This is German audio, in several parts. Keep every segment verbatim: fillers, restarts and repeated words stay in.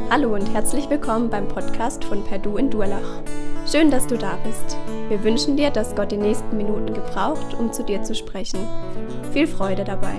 Hallo und herzlich willkommen beim Podcast von Perdu in Durlach. Schön, dass du da bist. Wir wünschen dir, dass Gott die nächsten Minuten gebraucht, um zu dir zu sprechen. Viel Freude dabei.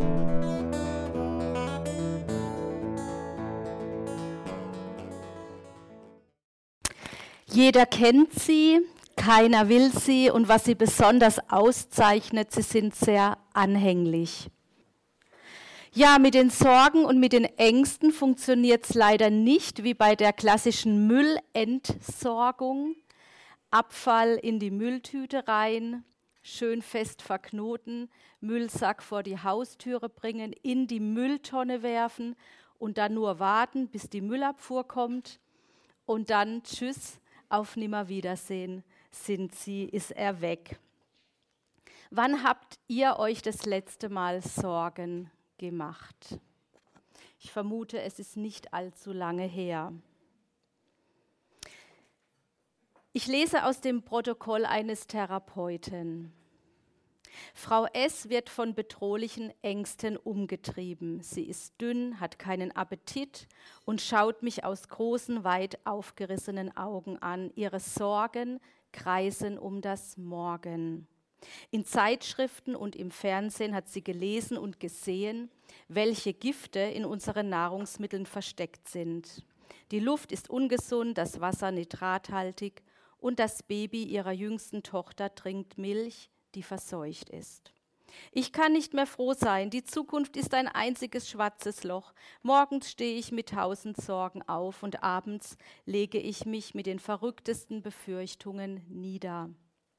Jeder kennt sie, keiner will sie und was sie besonders auszeichnet, sie sind sehr anhänglich. Ja, mit den Sorgen und mit den Ängsten funktioniert es leider nicht wie bei der klassischen Müllentsorgung. Abfall in die Mülltüte rein, schön fest verknoten, Müllsack vor die Haustüre bringen, in die Mülltonne werfen und dann nur warten, bis die Müllabfuhr kommt und dann tschüss, auf Nimmerwiedersehen sind sie, ist er weg. Wann habt ihr euch das letzte Mal Sorgen gemacht? Ich vermute, es ist nicht allzu lange her. Ich lese aus dem Protokoll eines Therapeuten. Frau S. wird von bedrohlichen Ängsten umgetrieben. Sie ist dünn, hat keinen Appetit und schaut mich aus großen, weit aufgerissenen Augen an. Ihre Sorgen kreisen um das Morgen. In Zeitschriften und im Fernsehen hat sie gelesen und gesehen, welche Gifte in unseren Nahrungsmitteln versteckt sind. Die Luft ist ungesund, das Wasser nitrathaltig und das Baby ihrer jüngsten Tochter trinkt Milch, die verseucht ist. Ich kann nicht mehr froh sein, die Zukunft ist ein einziges schwarzes Loch. Morgens stehe ich mit tausend Sorgen auf und abends lege ich mich mit den verrücktesten Befürchtungen nieder.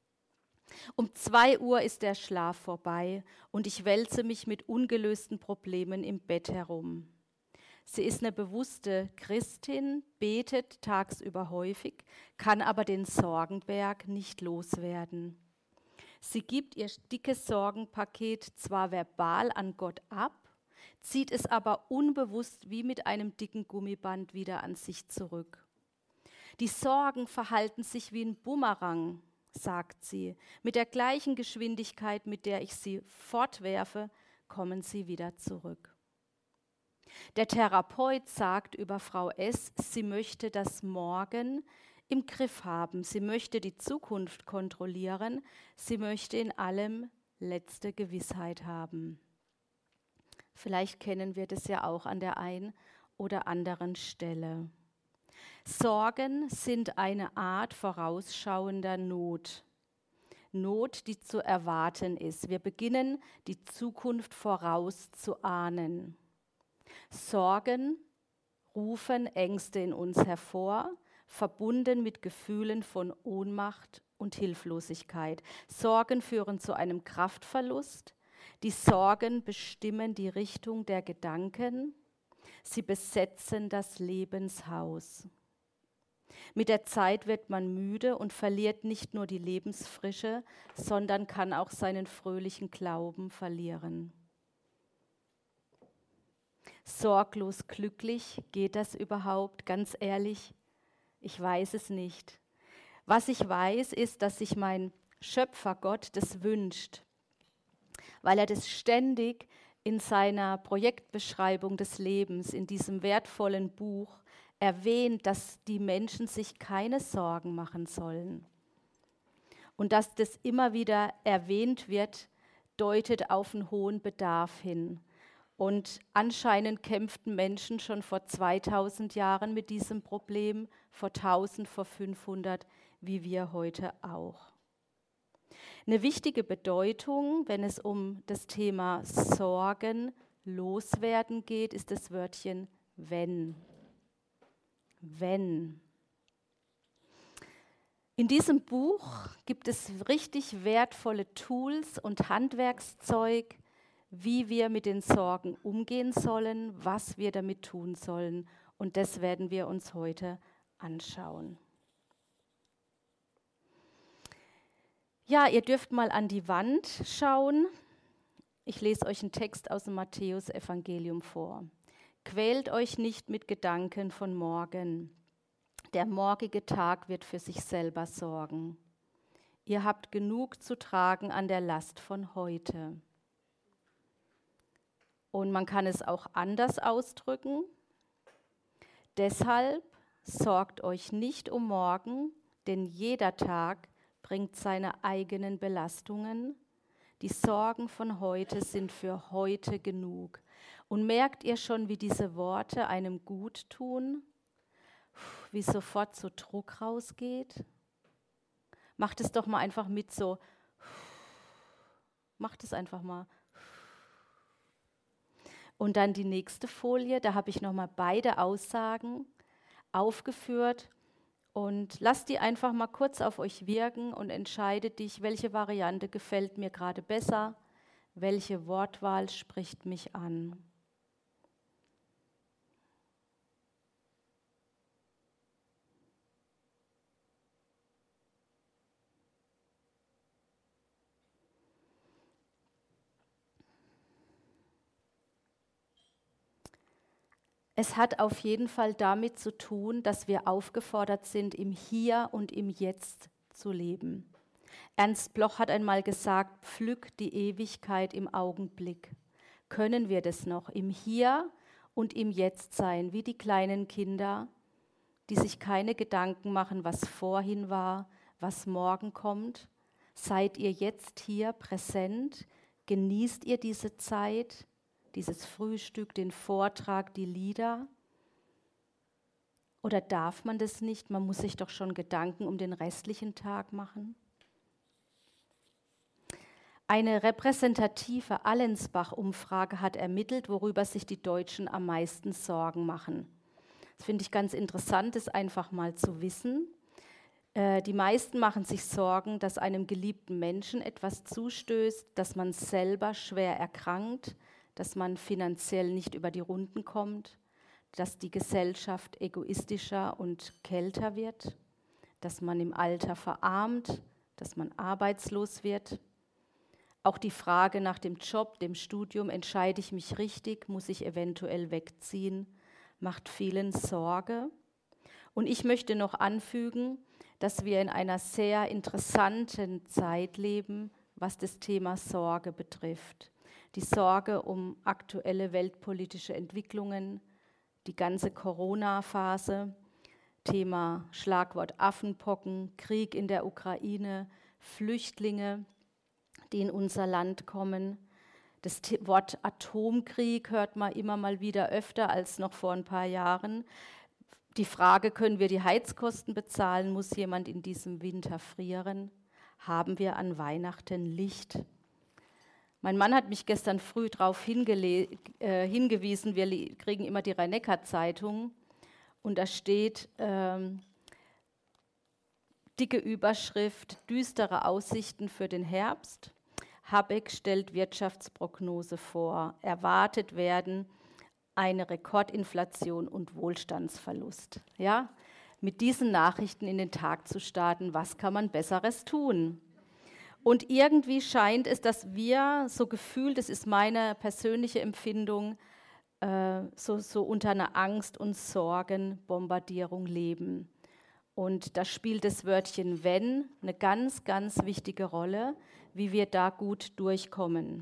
Um zwei Uhr ist der Schlaf vorbei und ich wälze mich mit ungelösten Problemen im Bett herum. Sie ist eine bewusste Christin, betet tagsüber häufig, kann aber den Sorgenberg nicht loswerden. Sie gibt ihr dickes Sorgenpaket zwar verbal an Gott ab, zieht es aber unbewusst wie mit einem dicken Gummiband wieder an sich zurück. Die Sorgen verhalten sich wie ein Bumerang, sagt sie. Mit der gleichen Geschwindigkeit, mit der ich sie fortwerfe, kommen sie wieder zurück. Der Therapeut sagt über Frau S., sie möchte das Morgen im Griff haben. Sie möchte die Zukunft kontrollieren. Sie möchte in allem letzte Gewissheit haben. Vielleicht kennen wir das ja auch an der einen oder anderen Stelle. Sorgen sind eine Art vorausschauender Not. Not, die zu erwarten ist. Wir beginnen, die Zukunft vorauszuahnen. Sorgen rufen Ängste in uns hervor, verbunden mit Gefühlen von Ohnmacht und Hilflosigkeit. Sorgen führen zu einem Kraftverlust. Die Sorgen bestimmen die Richtung der Gedanken. Sie besetzen das Lebenshaus. Mit der Zeit wird man müde und verliert nicht nur die Lebensfrische, sondern kann auch seinen fröhlichen Glauben verlieren. Sorglos glücklich, geht das überhaupt? Ganz ehrlich, ich weiß es nicht. Was ich weiß, ist, dass sich mein Schöpfer Gott das wünscht, weil er das ständig in seiner Projektbeschreibung des Lebens, in diesem wertvollen Buch, erwähnt, dass die Menschen sich keine Sorgen machen sollen. Und dass das immer wieder erwähnt wird, deutet auf einen hohen Bedarf hin. Und anscheinend kämpften Menschen schon vor zweitausend Jahren mit diesem Problem, vor tausend, vor fünfhundert, wie wir heute auch. Eine wichtige Bedeutung, wenn es um das Thema Sorgen, Loswerden geht, ist das Wörtchen wenn. Wenn. In diesem Buch gibt es richtig wertvolle Tools und Handwerkszeug, wie wir mit den Sorgen umgehen sollen, was wir damit tun sollen. Und das werden wir uns heute anschauen. Ja, ihr dürft mal an die Wand schauen. Ich lese euch einen Text aus dem Matthäus-Evangelium vor. Quält euch nicht mit Gedanken von morgen. Der morgige Tag wird für sich selber sorgen. Ihr habt genug zu tragen an der Last von heute. Und man kann es auch anders ausdrücken. Deshalb sorgt euch nicht um morgen, denn jeder Tag bringt seine eigenen Belastungen. Die Sorgen von heute sind für heute genug. Und merkt ihr schon, wie diese Worte einem gut tun? Wie sofort so Druck rausgeht? Macht es doch mal einfach mit so. Macht es einfach mal. Und dann die nächste Folie, da habe ich nochmal beide Aussagen aufgeführt. Und lasst die einfach mal kurz auf euch wirken und entscheidet dich, welche Variante gefällt mir gerade besser, welche Wortwahl spricht mich an. Es hat auf jeden Fall damit zu tun, dass wir aufgefordert sind, im Hier und im Jetzt zu leben. Ernst Bloch hat einmal gesagt, pflück die Ewigkeit im Augenblick. Können wir das noch im Hier und im Jetzt sein, wie die kleinen Kinder, die sich keine Gedanken machen, was vorhin war, was morgen kommt? Seid ihr jetzt hier präsent? Genießt ihr diese Zeit? Dieses Frühstück, den Vortrag, die Lieder? Oder darf man das nicht? Man muss sich doch schon Gedanken um den restlichen Tag machen. Eine repräsentative Allensbach-Umfrage hat ermittelt, worüber sich die Deutschen am meisten Sorgen machen. Das finde ich ganz interessant, das einfach mal zu wissen. Äh, die meisten machen sich Sorgen, dass einem geliebten Menschen etwas zustößt, dass man selber schwer erkrankt, dass man finanziell nicht über die Runden kommt, dass die Gesellschaft egoistischer und kälter wird, dass man im Alter verarmt, dass man arbeitslos wird. Auch die Frage nach dem Job, dem Studium, entscheide ich mich richtig, muss ich eventuell wegziehen, macht vielen Sorge. Und ich möchte noch anfügen, dass wir in einer sehr interessanten Zeit leben, was das Thema Sorge betrifft. Die Sorge um aktuelle weltpolitische Entwicklungen, die ganze Corona-Phase, Thema Schlagwort Affenpocken, Krieg in der Ukraine, Flüchtlinge, die in unser Land kommen. Das Wort Atomkrieg hört man immer mal wieder öfter als noch vor ein paar Jahren. Die Frage, können wir die Heizkosten bezahlen? Muss jemand in diesem Winter frieren? Haben wir an Weihnachten Licht? Mein Mann hat mich gestern früh darauf hingele- äh, hingewiesen, wir li- kriegen immer die Rhein-Neckar-Zeitung und da steht ähm, dicke Überschrift, düstere Aussichten für den Herbst. Habeck stellt Wirtschaftsprognose vor. Erwartet werden eine Rekordinflation und Wohlstandsverlust. Ja? Mit diesen Nachrichten in den Tag zu starten, was kann man Besseres tun? Und irgendwie scheint es, dass wir so gefühlt, das ist meine persönliche Empfindung, äh, so, so unter einer Angst- und Sorgenbombardierung leben. Und da spielt das Wörtchen wenn eine ganz, ganz wichtige Rolle, wie wir da gut durchkommen.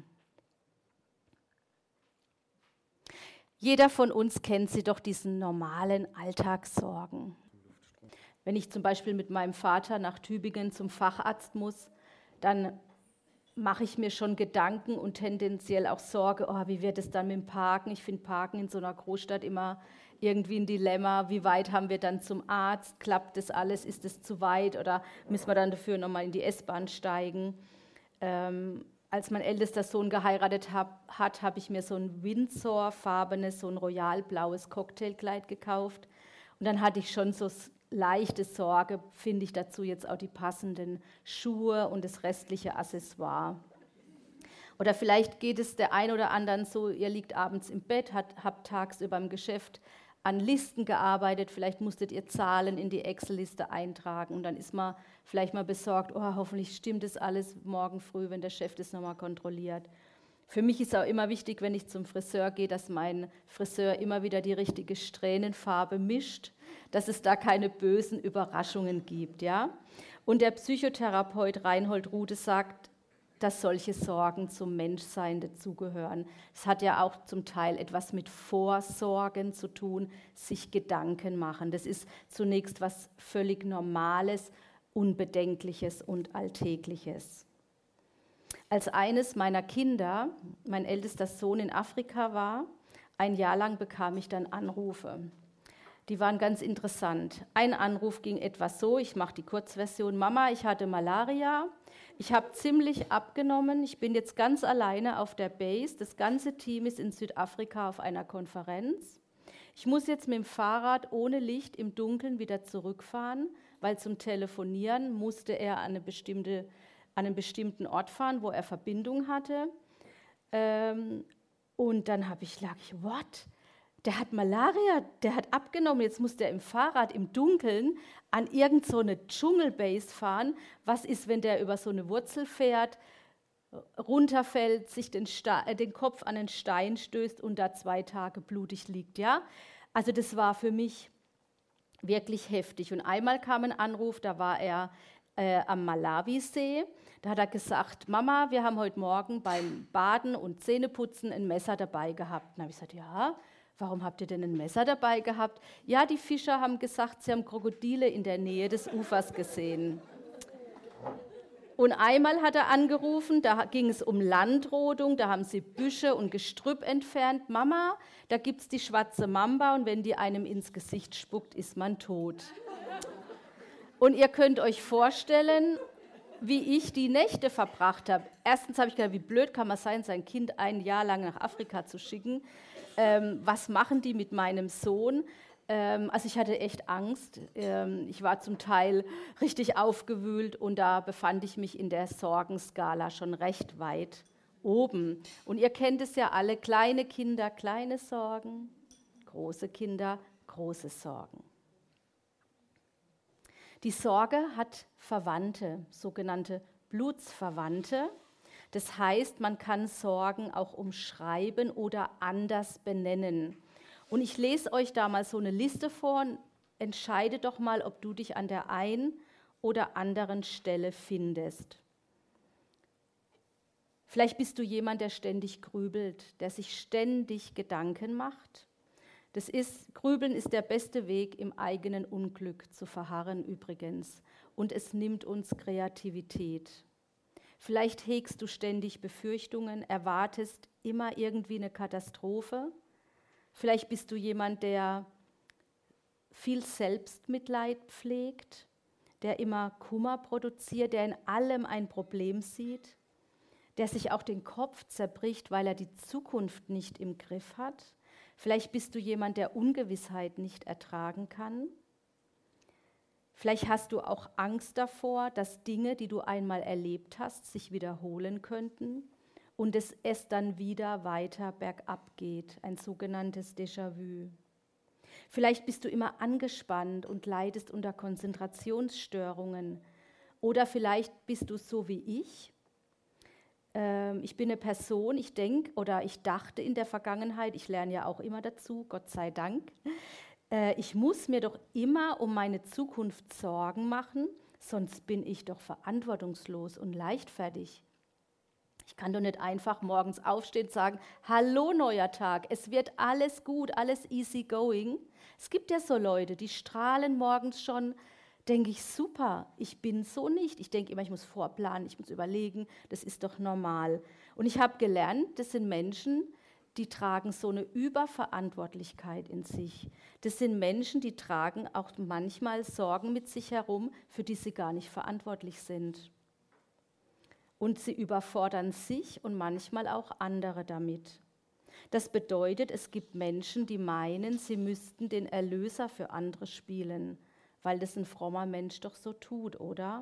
Jeder von uns kennt sie doch, diesen normalen Alltagssorgen. Wenn ich zum Beispiel mit meinem Vater nach Tübingen zum Facharzt muss, dann mache ich mir schon Gedanken und tendenziell auch Sorge, oh, wie wird es dann mit dem Parken? Ich finde Parken in so einer Großstadt immer irgendwie ein Dilemma. Wie weit haben wir dann zum Arzt? Klappt das alles? Ist es zu weit? Oder müssen wir dann dafür nochmal in die S-Bahn steigen? Ähm, als mein ältester Sohn geheiratet hab, hat, habe ich mir so ein Windsor-farbenes, so ein royalblaues Cocktailkleid gekauft. Und dann hatte ich schon so leichte Sorge, finde ich dazu jetzt auch die passenden Schuhe und das restliche Accessoire. Oder vielleicht geht es der ein oder anderen so, ihr liegt abends im Bett, hat, habt tagsüber im Geschäft an Listen gearbeitet, vielleicht musstet ihr Zahlen in die Excel-Liste eintragen und dann ist man vielleicht mal besorgt, oh, hoffentlich stimmt das alles morgen früh, wenn der Chef das nochmal kontrolliert. Für mich ist auch immer wichtig, wenn ich zum Friseur gehe, dass mein Friseur immer wieder die richtige Strähnenfarbe mischt, dass es da keine bösen Überraschungen gibt. Ja? Und der Psychotherapeut Reinhold Rudhe sagt, dass solche Sorgen zum Menschsein dazugehören. Es hat ja auch zum Teil etwas mit Vorsorgen zu tun, sich Gedanken machen. Das ist zunächst was völlig Normales, Unbedenkliches und Alltägliches. Als eines meiner Kinder, mein ältester Sohn, in Afrika war, ein Jahr lang bekam ich dann Anrufe. Die waren ganz interessant. Ein Anruf ging etwa so, ich mache die Kurzversion: Mama, ich hatte Malaria, ich habe ziemlich abgenommen, ich bin jetzt ganz alleine auf der Base, das ganze Team ist in Südafrika auf einer Konferenz. Ich muss jetzt mit dem Fahrrad ohne Licht im Dunkeln wieder zurückfahren, weil zum Telefonieren musste er an, eine bestimmte, an einen bestimmten Ort fahren, wo er Verbindung hatte. Ähm, und dann habe ich, lag ich, what? Der hat Malaria, der hat abgenommen, jetzt muss der im Fahrrad im Dunkeln an irgend so eine Dschungelbase fahren. Was ist, wenn der über so eine Wurzel fährt, runterfällt, sich den, Sta- äh, den Kopf an einen Stein stößt und da zwei Tage blutig liegt, ja? Also das war für mich wirklich heftig. Und einmal kam ein Anruf, da war er äh, am Malawisee. Da hat er gesagt: Mama, wir haben heute Morgen beim Baden und Zähneputzen ein Messer dabei gehabt. Dann habe ich gesagt: Ja, warum habt ihr denn ein Messer dabei gehabt? Ja, die Fischer haben gesagt, sie haben Krokodile in der Nähe des Ufers gesehen. Und einmal hat er angerufen, da ging es um Landrodung, da haben sie Büsche und Gestrüpp entfernt. Mama, da gibt es die schwarze Mamba und wenn die einem ins Gesicht spuckt, ist man tot. Und ihr könnt euch vorstellen, wie ich die Nächte verbracht habe. Erstens habe ich gedacht, wie blöd kann man sein, sein Kind ein Jahr lang nach Afrika zu schicken. Ähm, was machen die mit meinem Sohn? Ähm, also ich hatte echt Angst. Ähm, ich war zum Teil richtig aufgewühlt und da befand ich mich in der Sorgenskala schon recht weit oben. Und ihr kennt es ja alle, kleine Kinder, kleine Sorgen, große Kinder, große Sorgen. Die Sorge hat Verwandte, sogenannte Blutsverwandte. Das heißt, man kann Sorgen auch umschreiben oder anders benennen. Und ich lese euch da mal so eine Liste vor und entscheide doch mal, ob du dich an der einen oder anderen Stelle findest. Vielleicht bist du jemand, der ständig grübelt, der sich ständig Gedanken macht. Das ist, Grübeln ist der beste Weg, im eigenen Unglück zu verharren übrigens. Und es nimmt uns Kreativität. Vielleicht hegst du ständig Befürchtungen, erwartest immer irgendwie eine Katastrophe. Vielleicht bist du jemand, der viel Selbstmitleid pflegt, der immer Kummer produziert, der in allem ein Problem sieht, der sich auch den Kopf zerbricht, weil er die Zukunft nicht im Griff hat. Vielleicht bist du jemand, der Ungewissheit nicht ertragen kann. Vielleicht hast du auch Angst davor, dass Dinge, die du einmal erlebt hast, sich wiederholen könnten und es, es dann wieder weiter bergab geht, ein sogenanntes Déjà-vu. Vielleicht bist du immer angespannt und leidest unter Konzentrationsstörungen. Oder vielleicht bist du so wie ich. Ähm, ich bin eine Person, ich denke oder ich dachte in der Vergangenheit, ich lerne ja auch immer dazu, Gott sei Dank, äh, ich muss mir doch immer um meine Zukunft Sorgen machen, sonst bin ich doch verantwortungslos und leichtfertig. Ich kann doch nicht einfach morgens aufstehen und sagen: Hallo, neuer Tag, es wird alles gut, alles easy going. Es gibt ja so Leute, die strahlen morgens schon, denke ich, super, ich bin so nicht. Ich denke immer, ich muss vorplanen, ich muss überlegen, das ist doch normal. Und ich habe gelernt, das sind Menschen, die tragen so eine Überverantwortlichkeit in sich. Das sind Menschen, die tragen auch manchmal Sorgen mit sich herum, für die sie gar nicht verantwortlich sind. Und sie überfordern sich und manchmal auch andere damit. Das bedeutet, es gibt Menschen, die meinen, sie müssten den Erlöser für andere spielen, weil das ein frommer Mensch doch so tut, oder?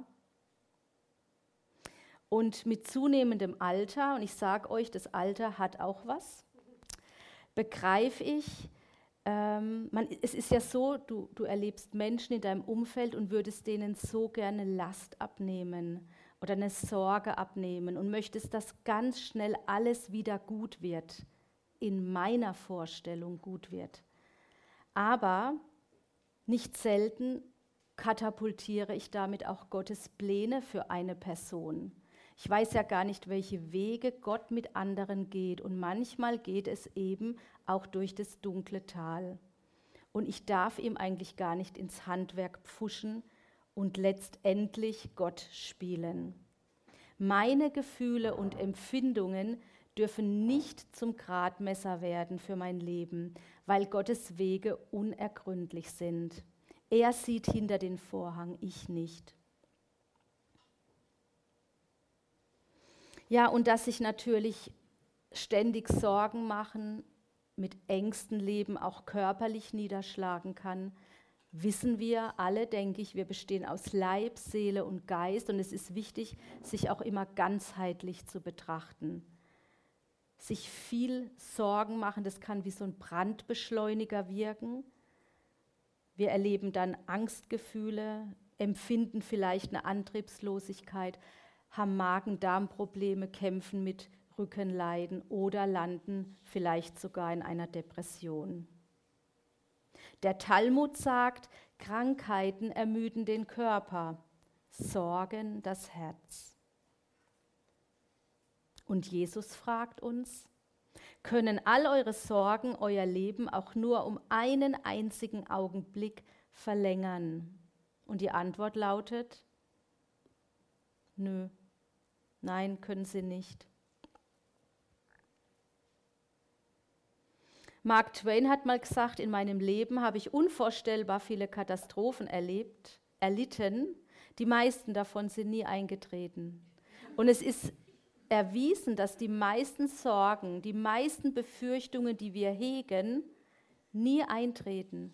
Und mit zunehmendem Alter, und ich sage euch, das Alter hat auch was, begreife ich, ähm, man, es ist ja so, du, du erlebst Menschen in deinem Umfeld und würdest denen so gerne Last abnehmen oder eine Sorge abnehmen und möchtest, dass ganz schnell alles wieder gut wird, in meiner Vorstellung gut wird. Aber nicht selten katapultiere ich damit auch Gottes Pläne für eine Person. Ich weiß ja gar nicht, welche Wege Gott mit anderen geht. Und manchmal geht es eben auch durch das dunkle Tal. Und ich darf ihm eigentlich gar nicht ins Handwerk pfuschen und letztendlich Gott spielen. Meine Gefühle und Empfindungen dürfen nicht zum Gradmesser werden für mein Leben, weil Gottes Wege unergründlich sind. Er sieht hinter den Vorhang, ich nicht. Ja, und dass sich natürlich ständig Sorgen machen, mit Ängsten leben, auch körperlich niederschlagen kann, wissen wir alle, denke ich. Wir bestehen aus Leib, Seele und Geist und es ist wichtig, sich auch immer ganzheitlich zu betrachten. Sich viel Sorgen machen, das kann wie so ein Brandbeschleuniger wirken. Wir erleben dann Angstgefühle, empfinden vielleicht eine Antriebslosigkeit, haben Magen-Darm-Probleme, kämpfen mit Rückenleiden oder landen vielleicht sogar in einer Depression. Der Talmud sagt, Krankheiten ermüden den Körper, Sorgen das Herz. Und Jesus fragt uns, können all eure Sorgen euer Leben auch nur um einen einzigen Augenblick verlängern? Und die Antwort lautet, nö, nein, können sie nicht. Mark Twain hat mal gesagt, in meinem Leben habe ich unvorstellbar viele Katastrophen erlebt, erlitten. Die meisten davon sind nie eingetreten. Und es ist erwiesen, dass die meisten Sorgen, die meisten Befürchtungen, die wir hegen, nie eintreten.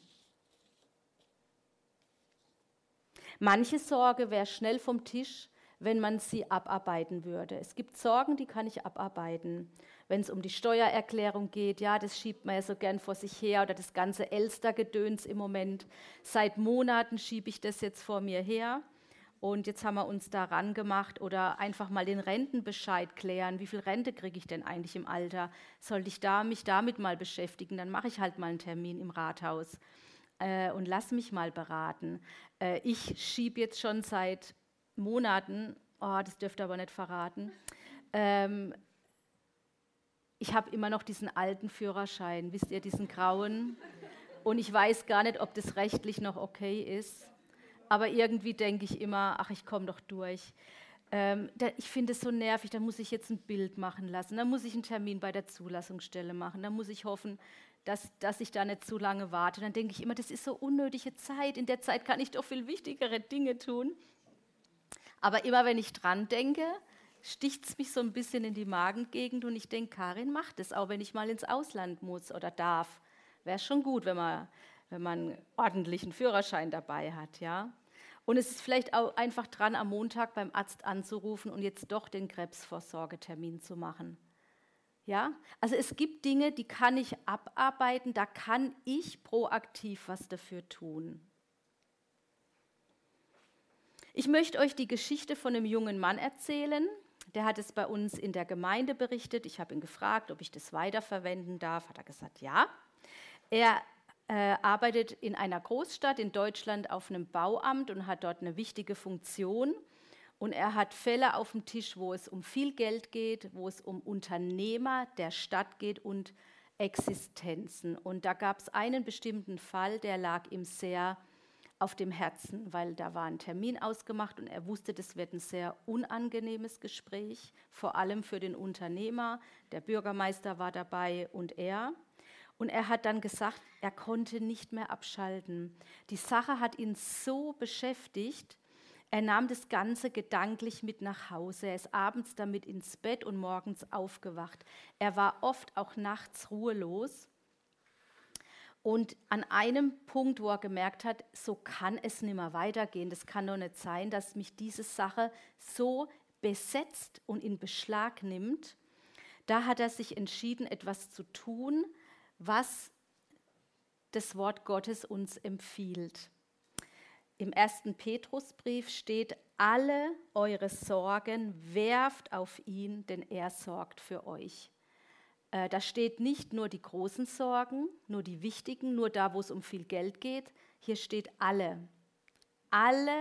Manche Sorge wäre schnell vom Tisch, wenn man sie abarbeiten würde. Es gibt Sorgen, die kann ich abarbeiten. Wenn es um die Steuererklärung geht, ja, das schiebt man ja so gern vor sich her, oder das ganze Elster-Gedöns im Moment. Seit Monaten schiebe ich das jetzt vor mir her. Und jetzt haben wir uns daran gemacht, oder einfach mal den Rentenbescheid klären. Wie viel Rente kriege ich denn eigentlich im Alter? Sollte ich da, mich damit mal beschäftigen? Dann mache ich halt mal einen Termin im Rathaus äh, und lass mich mal beraten. Äh, ich schiebe jetzt schon seit Monaten, oh, das dürft ihr aber nicht verraten, ähm, ich habe immer noch diesen alten Führerschein, wisst ihr, diesen grauen. Und ich weiß gar nicht, ob das rechtlich noch okay ist. Aber irgendwie denke ich immer, ach, ich komme doch durch. Ähm, da, ich finde es so nervig, da muss ich jetzt ein Bild machen lassen, da muss ich einen Termin bei der Zulassungsstelle machen, da muss ich hoffen, dass, dass ich da nicht zu lange warte. Dann denke ich immer, das ist so unnötige Zeit, in der Zeit kann ich doch viel wichtigere Dinge tun. Aber immer wenn ich dran denke, sticht es mich so ein bisschen in die Magengegend und ich denke, Karin macht es, auch wenn ich mal ins Ausland muss oder darf. Wäre schon gut, wenn man, wenn man einen ordentlichen Führerschein dabei hat, ja. Und es ist vielleicht auch einfach dran, am Montag beim Arzt anzurufen und jetzt doch den Krebsvorsorgetermin zu machen. Ja? Also es gibt Dinge, die kann ich abarbeiten, da kann ich proaktiv was dafür tun. Ich möchte euch die Geschichte von einem jungen Mann erzählen. Der hat es bei uns in der Gemeinde berichtet. Ich habe ihn gefragt, ob ich das weiterverwenden darf. Hat er gesagt, ja. Er äh, arbeitet in einer Großstadt in Deutschland auf einem Bauamt und hat dort eine wichtige Funktion. Und er hat Fälle auf dem Tisch, wo es um viel Geld geht, wo es um Unternehmer der Stadt geht und Existenzen. Und da gab es einen bestimmten Fall, der lag ihm sehr auf dem Herzen, weil da war ein Termin ausgemacht und er wusste, das wird ein sehr unangenehmes Gespräch, vor allem für den Unternehmer. Der Bürgermeister war dabei und er. Und er hat dann gesagt, er konnte nicht mehr abschalten. Die Sache hat ihn so beschäftigt, er nahm das Ganze gedanklich mit nach Hause. Er ist abends damit ins Bett und morgens aufgewacht. Er war oft auch nachts ruhelos. Und an einem Punkt, wo er gemerkt hat, so kann es nicht mehr weitergehen, das kann doch nicht sein, dass mich diese Sache so besetzt und in Beschlag nimmt, da hat er sich entschieden, etwas zu tun, was das Wort Gottes uns empfiehlt. Im ersten Petrusbrief steht, alle eure Sorgen werft auf ihn, denn er sorgt für euch. Da steht nicht nur die großen Sorgen, nur die wichtigen, nur da, wo es um viel Geld geht. Hier steht alle. Alle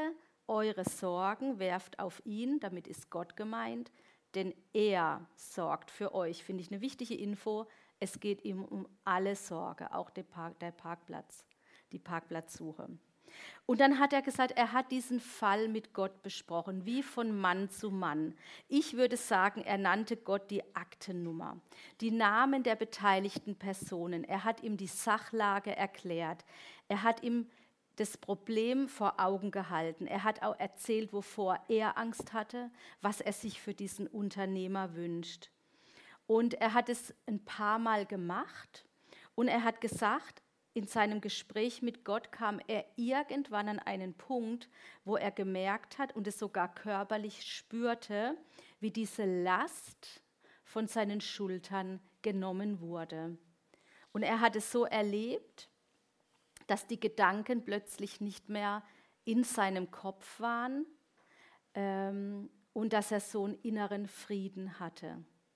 eure Sorgen werft auf ihn, damit ist Gott gemeint, denn er sorgt für euch. Finde ich eine wichtige Info. Es geht ihm um alle Sorge, auch der, Park, der Parkplatz, die Parkplatzsuche. Und dann hat er gesagt, er hat diesen Fall mit Gott besprochen, wie von Mann zu Mann. Ich würde sagen, er nannte Gott die Aktennummer, die Namen der beteiligten Personen. Er hat ihm die Sachlage erklärt. Er hat ihm das Problem vor Augen gehalten. Er hat auch erzählt, wovor er Angst hatte, was er sich für diesen Unternehmer wünscht. Und er hat es ein paar Mal gemacht und er hat gesagt, in seinem Gespräch mit Gott kam er irgendwann an einen Punkt, wo er gemerkt hat und es sogar körperlich spürte, wie diese Last von seinen Schultern genommen wurde. Und er hat es so erlebt, dass die Gedanken plötzlich nicht mehr in seinem Kopf waren ähm, und dass er so einen inneren Frieden hatte.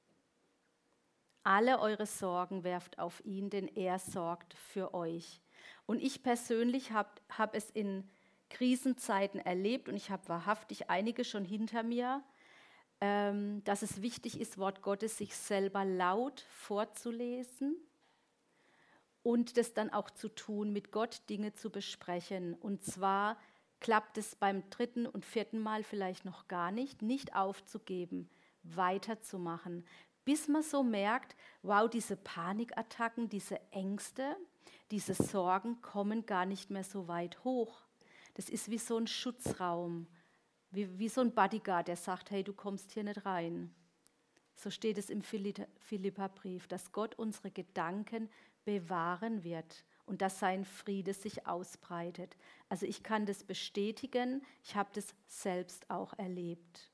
Alle eure Sorgen werft auf ihn, denn er sorgt für euch. Und ich persönlich habe hab es in Krisenzeiten erlebt und ich habe wahrhaftig einige schon hinter mir, ähm, dass es wichtig ist, Wort Gottes sich selber laut vorzulesen und das dann auch zu tun, mit Gott Dinge zu besprechen. Und zwar klappt es beim dritten und vierten Mal vielleicht noch gar nicht, nicht aufzugeben, weiterzumachen, bis man so merkt, wow, diese Panikattacken, diese Ängste, diese Sorgen kommen gar nicht mehr so weit hoch. Das ist wie so ein Schutzraum, wie, wie so ein Bodyguard, der sagt, hey, du kommst hier nicht rein. So steht es im Philipperbrief, dass Gott unsere Gedanken bewahren wird und dass sein Friede sich ausbreitet. Also ich kann das bestätigen, ich habe das selbst auch erlebt.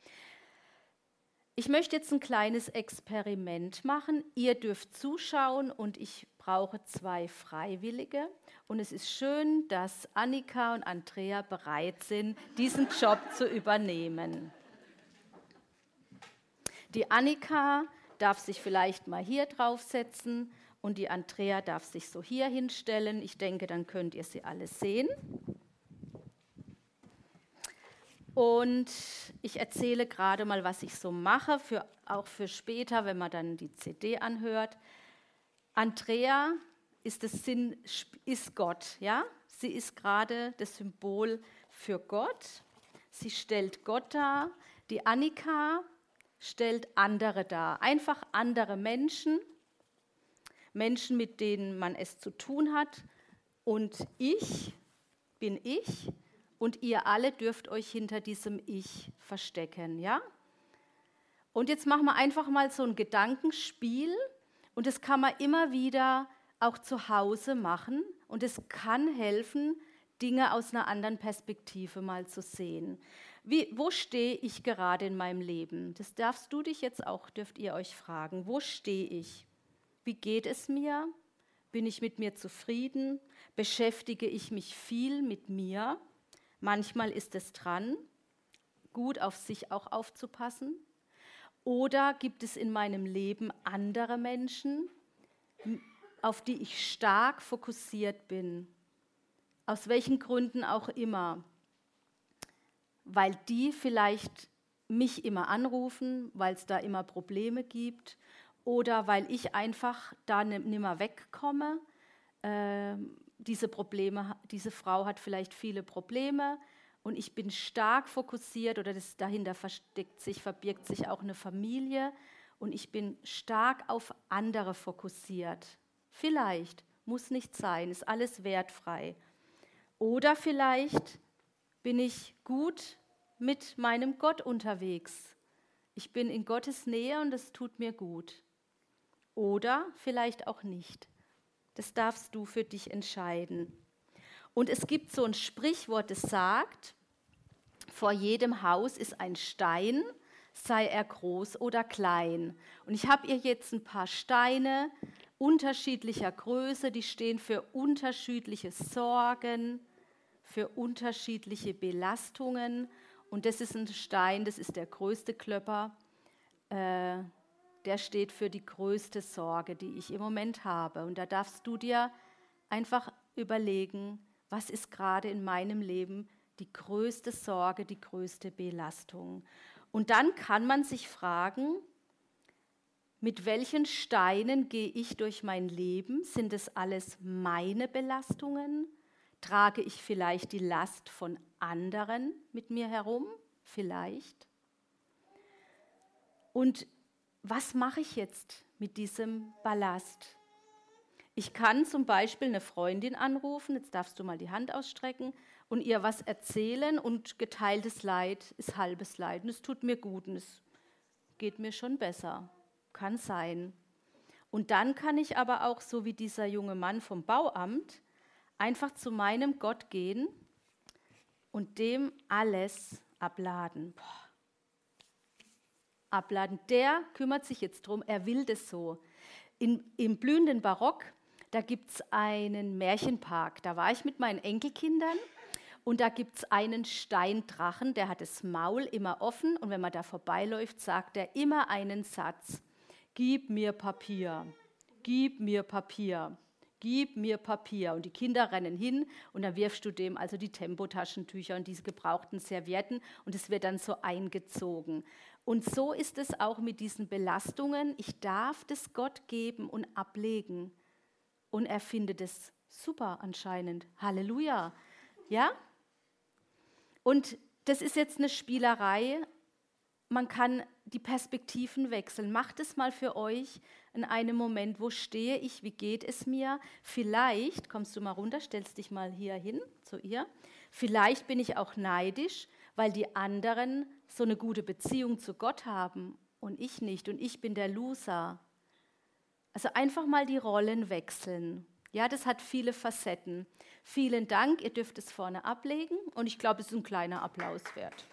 Ich möchte jetzt ein kleines Experiment machen. Ihr dürft zuschauen und ich brauche zwei Freiwillige. Und es ist schön, dass Annika und Andrea bereit sind, diesen Job zu übernehmen. Die Annika darf sich vielleicht mal hier draufsetzen und die Andrea darf sich so hier hinstellen. Ich denke, dann könnt ihr sie alle sehen. Und ich erzähle gerade mal, was ich so mache, für, auch für später, wenn man dann die C D anhört. Andrea ist, das Sinn, ist Gott, ja? Sie ist gerade das Symbol für Gott. Sie stellt Gott dar. Die Annika stellt andere dar, einfach andere Menschen, Menschen, mit denen man es zu tun hat. Und ich bin ich. Und ihr alle dürft euch hinter diesem Ich verstecken, ja? Und jetzt machen wir einfach mal so ein Gedankenspiel und das kann man immer wieder auch zu Hause machen und es kann helfen, Dinge aus einer anderen Perspektive mal zu sehen. Wie, wo stehe ich gerade in meinem Leben? Das darfst du dich jetzt auch, dürft ihr euch fragen. Wo stehe ich? Wie geht es mir? Bin ich mit mir zufrieden? Beschäftige ich mich viel mit mir? Manchmal ist es dran, gut auf sich auch aufzupassen. Oder gibt es in meinem Leben andere Menschen, auf die ich stark fokussiert bin? Aus welchen Gründen auch immer. Weil die vielleicht mich immer anrufen, weil es da immer Probleme gibt. Oder weil ich einfach da nicht mehr wegkomme. Ähm, Diese Probleme, diese Frau hat vielleicht viele Probleme und ich bin stark fokussiert oder das dahinter versteckt sich, verbirgt sich auch eine Familie und ich bin stark auf andere fokussiert. Vielleicht, muss nicht sein, ist alles wertfrei. Oder vielleicht bin ich gut mit meinem Gott unterwegs. Ich bin in Gottes Nähe und das tut mir gut. Oder vielleicht auch nicht. Das darfst du für dich entscheiden. Und es gibt so ein Sprichwort, das sagt, vor jedem Haus ist ein Stein, sei er groß oder klein. Und ich habe ihr jetzt ein paar Steine unterschiedlicher Größe, die stehen für unterschiedliche Sorgen, für unterschiedliche Belastungen. Und das ist ein Stein, das ist der größte Klöpper, äh, der steht für die größte Sorge, die ich im Moment habe. Und da darfst du dir einfach überlegen, was ist gerade in meinem Leben die größte Sorge, die größte Belastung. Und dann kann man sich fragen, mit welchen Steinen gehe ich durch mein Leben? Sind es alles meine Belastungen? Trage ich vielleicht die Last von anderen mit mir herum? Vielleicht. Und was mache ich jetzt mit diesem Ballast? Ich kann zum Beispiel eine Freundin anrufen, jetzt darfst du mal die Hand ausstrecken, und ihr was erzählen, und geteiltes Leid ist halbes Leid. Und es tut mir gut und es geht mir schon besser. Kann sein. Und dann kann ich aber auch, so wie dieser junge Mann vom Bauamt, einfach zu meinem Gott gehen und dem alles abladen. Boah. Abladen. Der kümmert sich jetzt drum, er will das so. In, im blühenden Barock, da gibt es einen Märchenpark. Da war ich mit meinen Enkelkindern und da gibt es einen Steindrachen, der hat das Maul immer offen und wenn man da vorbeiläuft, sagt er immer einen Satz. Gib mir Papier, gib mir Papier, gib mir Papier. Und die Kinder rennen hin und dann wirfst du dem also die Tempotaschentücher und diese gebrauchten Servietten und es wird dann so eingezogen. Und so ist es auch mit diesen Belastungen. Ich darf das Gott geben und ablegen. Und er findet es super anscheinend. Halleluja. Ja? Und das ist jetzt eine Spielerei. Man kann die Perspektiven wechseln. Macht es mal für euch in einem Moment, wo stehe ich, wie geht es mir? Vielleicht, kommst du mal runter, stellst dich mal hier hin, zu ihr. Vielleicht bin ich auch neidisch, weil die anderen so eine gute Beziehung zu Gott haben und ich nicht. Und ich bin der Loser. Also einfach mal die Rollen wechseln. Ja, das hat viele Facetten. Vielen Dank, ihr dürft es vorne ablegen und ich glaube, es ist ein kleiner Applaus wert.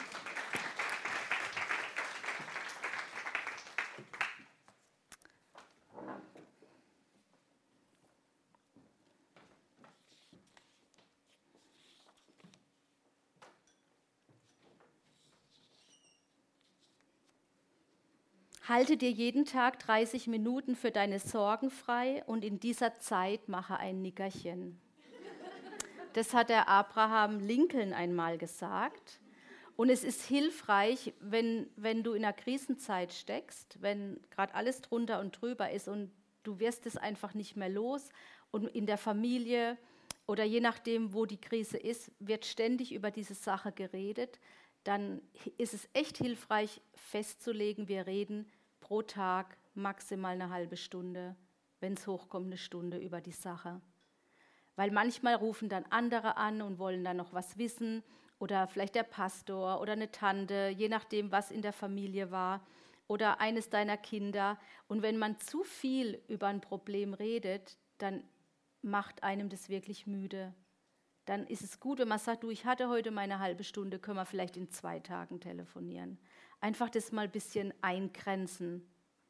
Halte dir jeden Tag dreißig Minuten für deine Sorgen frei und in dieser Zeit mache ein Nickerchen. Das hat der Abraham Lincoln einmal gesagt. Und es ist hilfreich, wenn, wenn du in einer Krisenzeit steckst, wenn gerade alles drunter und drüber ist und du wirst es einfach nicht mehr los und in der Familie oder je nachdem, wo die Krise ist, wird ständig über diese Sache geredet, dann ist es echt hilfreich festzulegen, wir reden pro Tag maximal eine halbe Stunde, wenn es hochkommt, eine Stunde über die Sache. Weil manchmal rufen dann andere an und wollen dann noch was wissen oder vielleicht der Pastor oder eine Tante, je nachdem, was in der Familie war oder eines deiner Kinder. Und wenn man zu viel über ein Problem redet, dann macht einem das wirklich müde. Dann ist es gut, wenn man sagt, du, ich hatte heute meine halbe Stunde, können wir vielleicht in zwei Tagen telefonieren. Einfach das mal ein bisschen eingrenzen.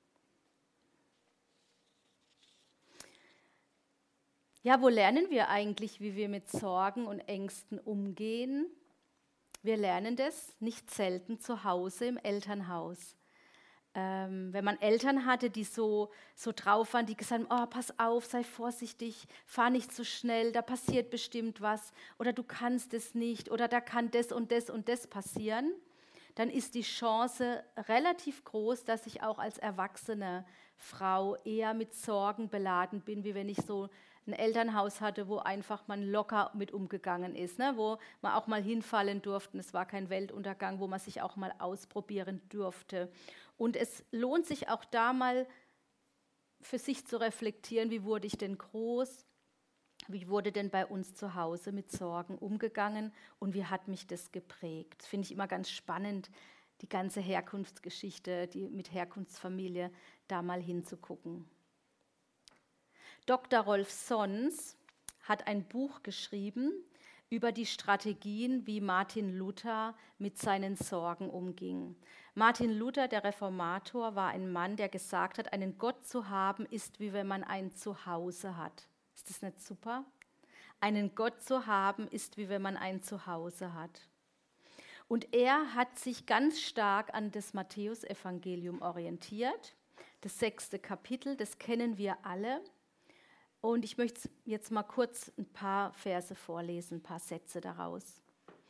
Ja, wo lernen wir eigentlich, wie wir mit Sorgen und Ängsten umgehen? Wir lernen das nicht selten zu Hause im Elternhaus. Ähm, wenn man Eltern hatte, die so, so drauf waren, die gesagt haben, oh, pass auf, sei vorsichtig, fahr nicht so schnell, da passiert bestimmt was oder du kannst es nicht oder da kann das und das und das passieren, dann ist die Chance relativ groß, dass ich auch als erwachsene Frau eher mit Sorgen beladen bin, wie wenn ich so ein Elternhaus hatte, wo einfach man locker mit umgegangen ist, ne? Wo man auch mal hinfallen durfte. Es war kein Weltuntergang, wo man sich auch mal ausprobieren durfte. Und es lohnt sich auch da mal für sich zu reflektieren, wie wurde ich denn groß, wie wurde denn bei uns zu Hause mit Sorgen umgegangen und wie hat mich das geprägt. Das finde ich immer ganz spannend, die ganze Herkunftsgeschichte, die mit Herkunftsfamilie, da mal hinzugucken. Doktor Rolf Sons hat ein Buch geschrieben über die Strategien, wie Martin Luther mit seinen Sorgen umging. Martin Luther, der Reformator, war ein Mann, der gesagt hat, einen Gott zu haben, ist wie wenn man ein Zuhause hat. Ist das nicht super? Einen Gott zu haben, ist wie wenn man ein Zuhause hat. Und er hat sich ganz stark an das Matthäusevangelium orientiert. Das sechste Kapitel, das kennen wir alle. Und ich möchte jetzt mal kurz ein paar Verse vorlesen, ein paar Sätze daraus.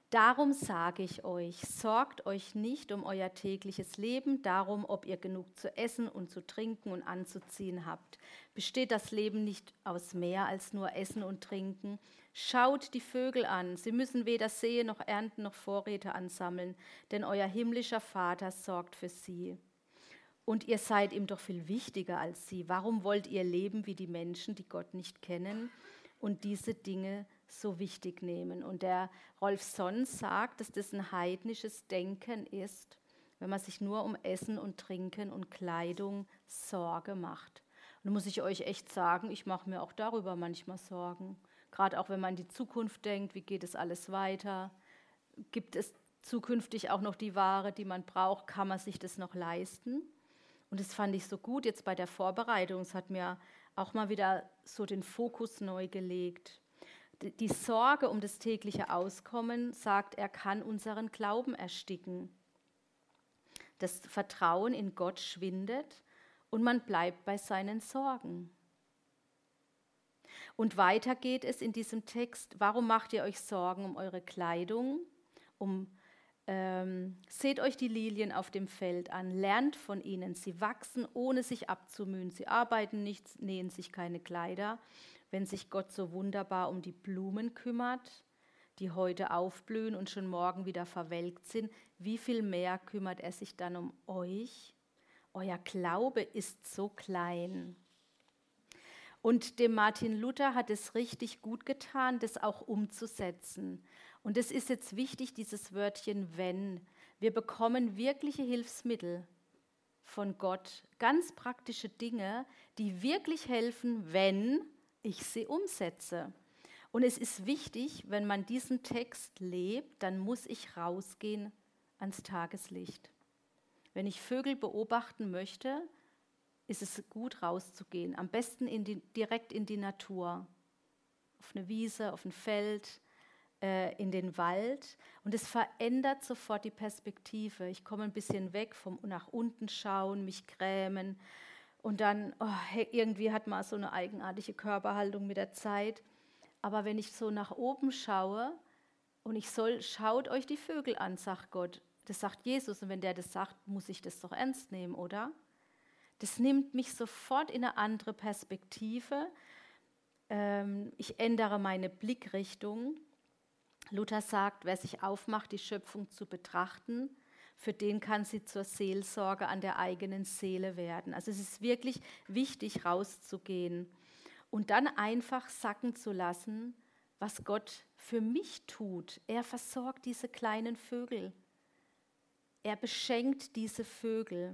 Darum sage ich euch, sorgt euch nicht um euer tägliches Leben, darum, ob ihr genug zu essen und zu trinken und anzuziehen habt. Besteht das Leben nicht aus mehr als nur Essen und Trinken? Schaut die Vögel an, sie müssen weder säen noch ernten noch Vorräte ansammeln, denn euer himmlischer Vater sorgt für sie. Und ihr seid ihm doch viel wichtiger als sie. Warum wollt ihr leben wie die Menschen, die Gott nicht kennen und diese Dinge so wichtig nehmen? Und der Rolf Sons sagt, dass das ein heidnisches Denken ist, wenn man sich nur um Essen und Trinken und Kleidung Sorge macht. Und da muss ich euch echt sagen, ich mache mir auch darüber manchmal Sorgen. Gerade auch wenn man an die Zukunft denkt, wie geht es alles weiter? Gibt es zukünftig auch noch die Ware, die man braucht? Kann man sich das noch leisten? Und das fand ich so gut jetzt bei der Vorbereitung. Es hat mir auch mal wieder so den Fokus neu gelegt. Die Sorge um das tägliche Auskommen, sagt er, kann unseren Glauben ersticken. Das Vertrauen in Gott schwindet und man bleibt bei seinen Sorgen. Und weiter geht es in diesem Text, warum macht ihr euch Sorgen um eure Kleidung? Um, ähm, seht euch die Lilien auf dem Feld an, lernt von ihnen, sie wachsen, ohne sich abzumühen, sie arbeiten nicht, nähen sich keine Kleider. Wenn sich Gott so wunderbar um die Blumen kümmert, die heute aufblühen und schon morgen wieder verwelkt sind, wie viel mehr kümmert er sich dann um euch? Euer Glaube ist so klein. Und dem Martin Luther hat es richtig gut getan, das auch umzusetzen. Und es ist jetzt wichtig, dieses Wörtchen wenn. Wir bekommen wirkliche Hilfsmittel von Gott, ganz praktische Dinge, die wirklich helfen, wenn ich sie umsetze. Und es ist wichtig, wenn man diesen Text lebt, dann muss ich rausgehen ans Tageslicht. Wenn ich Vögel beobachten möchte, ist es gut rauszugehen. Am besten in die, direkt in die Natur, auf eine Wiese, auf ein Feld, äh, in den Wald. Und es verändert sofort die Perspektive. Ich komme ein bisschen weg vom nach unten schauen, mich grämen. Und dann, oh, irgendwie hat man so eine eigenartige Körperhaltung mit der Zeit. Aber wenn ich so nach oben schaue und ich soll, schaut euch die Vögel an, sagt Gott. Das sagt Jesus. Und wenn der das sagt, muss ich das doch ernst nehmen, oder? Das nimmt mich sofort in eine andere Perspektive. Ähm, ich ändere meine Blickrichtung. Luther sagt, wer sich aufmacht, die Schöpfung zu betrachten, für den kann sie zur Seelsorge an der eigenen Seele werden. Also es ist wirklich wichtig, rauszugehen und dann einfach sacken zu lassen, was Gott für mich tut. Er versorgt diese kleinen Vögel. Er beschenkt diese Vögel.